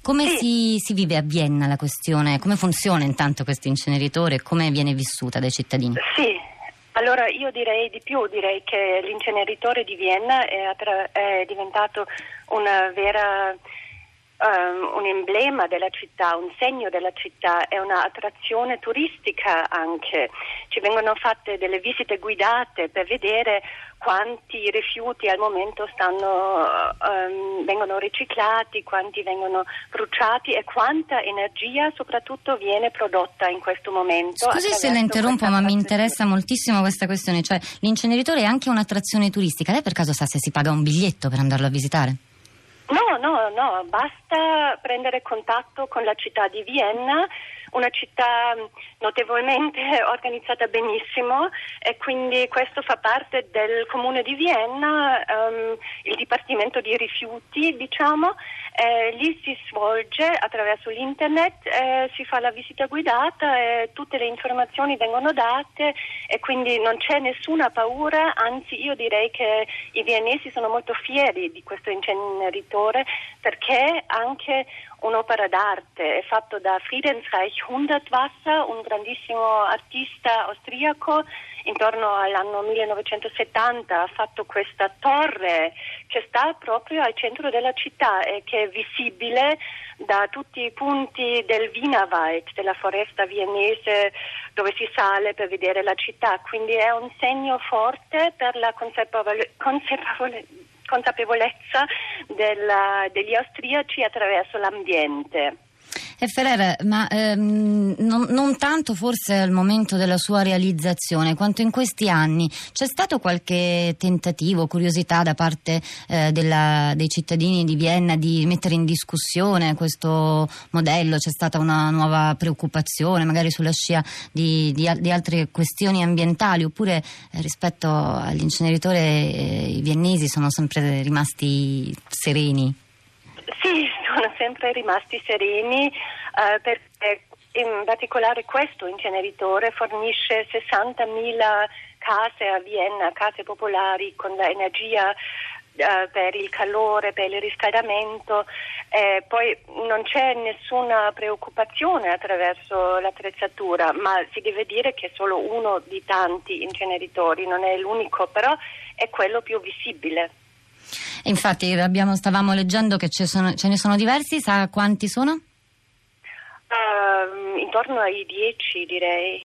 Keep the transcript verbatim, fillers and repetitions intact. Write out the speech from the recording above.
Come sì. si, si vive a Vienna la questione? Come funziona intanto questo inceneritore e come viene vissuta dai cittadini? Sì, allora io direi di più, direi che l'inceneritore di Vienna è, attra- è diventato una vera... Um, un emblema della città, un segno della città, è un'attrazione turistica anche. Ci vengono fatte delle visite guidate per vedere quanti rifiuti al momento stanno, um, vengono riciclati, quanti vengono bruciati e quanta energia soprattutto viene prodotta in questo momento. Scusi se la interrompo, ma mi interessa moltissimo questa questione, cioè l'inceneritore è anche un'attrazione turistica. Lei per caso sa se si paga un biglietto per andarlo a visitare? No, no, no, basta prendere contatto con la città di Vienna, una città notevolmente organizzata benissimo, e quindi questo fa parte del comune di Vienna, um, il dipartimento di rifiuti, diciamo, eh, lì si svolge attraverso l'internet, eh, si fa la visita guidata e tutte le informazioni vengono date e quindi non c'è nessuna paura, anzi io direi che i viennesi sono molto fieri di questo inceneritore perché anche un'opera d'arte, è fatto da Friedensreich Hundertwasser, un grandissimo artista austriaco. Intorno all'anno millenovecentosettanta ha fatto questa torre che sta proprio al centro della città e che è visibile da tutti i punti del Wienerwald, della foresta viennese, dove si sale per vedere la città. Quindi è un segno forte per la consapevole- consapevole- consapevolezza della, degli austriaci attraverso l'ambiente. E Ferrer, ma ehm, non, non tanto forse al momento della sua realizzazione, quanto in questi anni c'è stato qualche tentativo, curiosità da parte eh, della, dei cittadini di Vienna di mettere in discussione questo modello? C'è stata una nuova preoccupazione, magari sulla scia di, di, di altre questioni ambientali, oppure eh, rispetto all'inceneritore eh, i viennesi sono sempre rimasti sereni? Sì, sono sempre rimasti sereni eh, perché in particolare questo inceneritore fornisce sessantamila case a Vienna, case popolari con l'energia eh, per il calore, per il riscaldamento. Eh, poi non c'è nessuna preoccupazione attraverso l'attrezzatura, ma si deve dire che è solo uno di tanti inceneritori, non è l'unico, però è quello più visibile. Infatti abbiamo, stavamo leggendo che ce, sono, ce ne sono diversi, sa quanti sono? Uh, intorno ai dieci direi.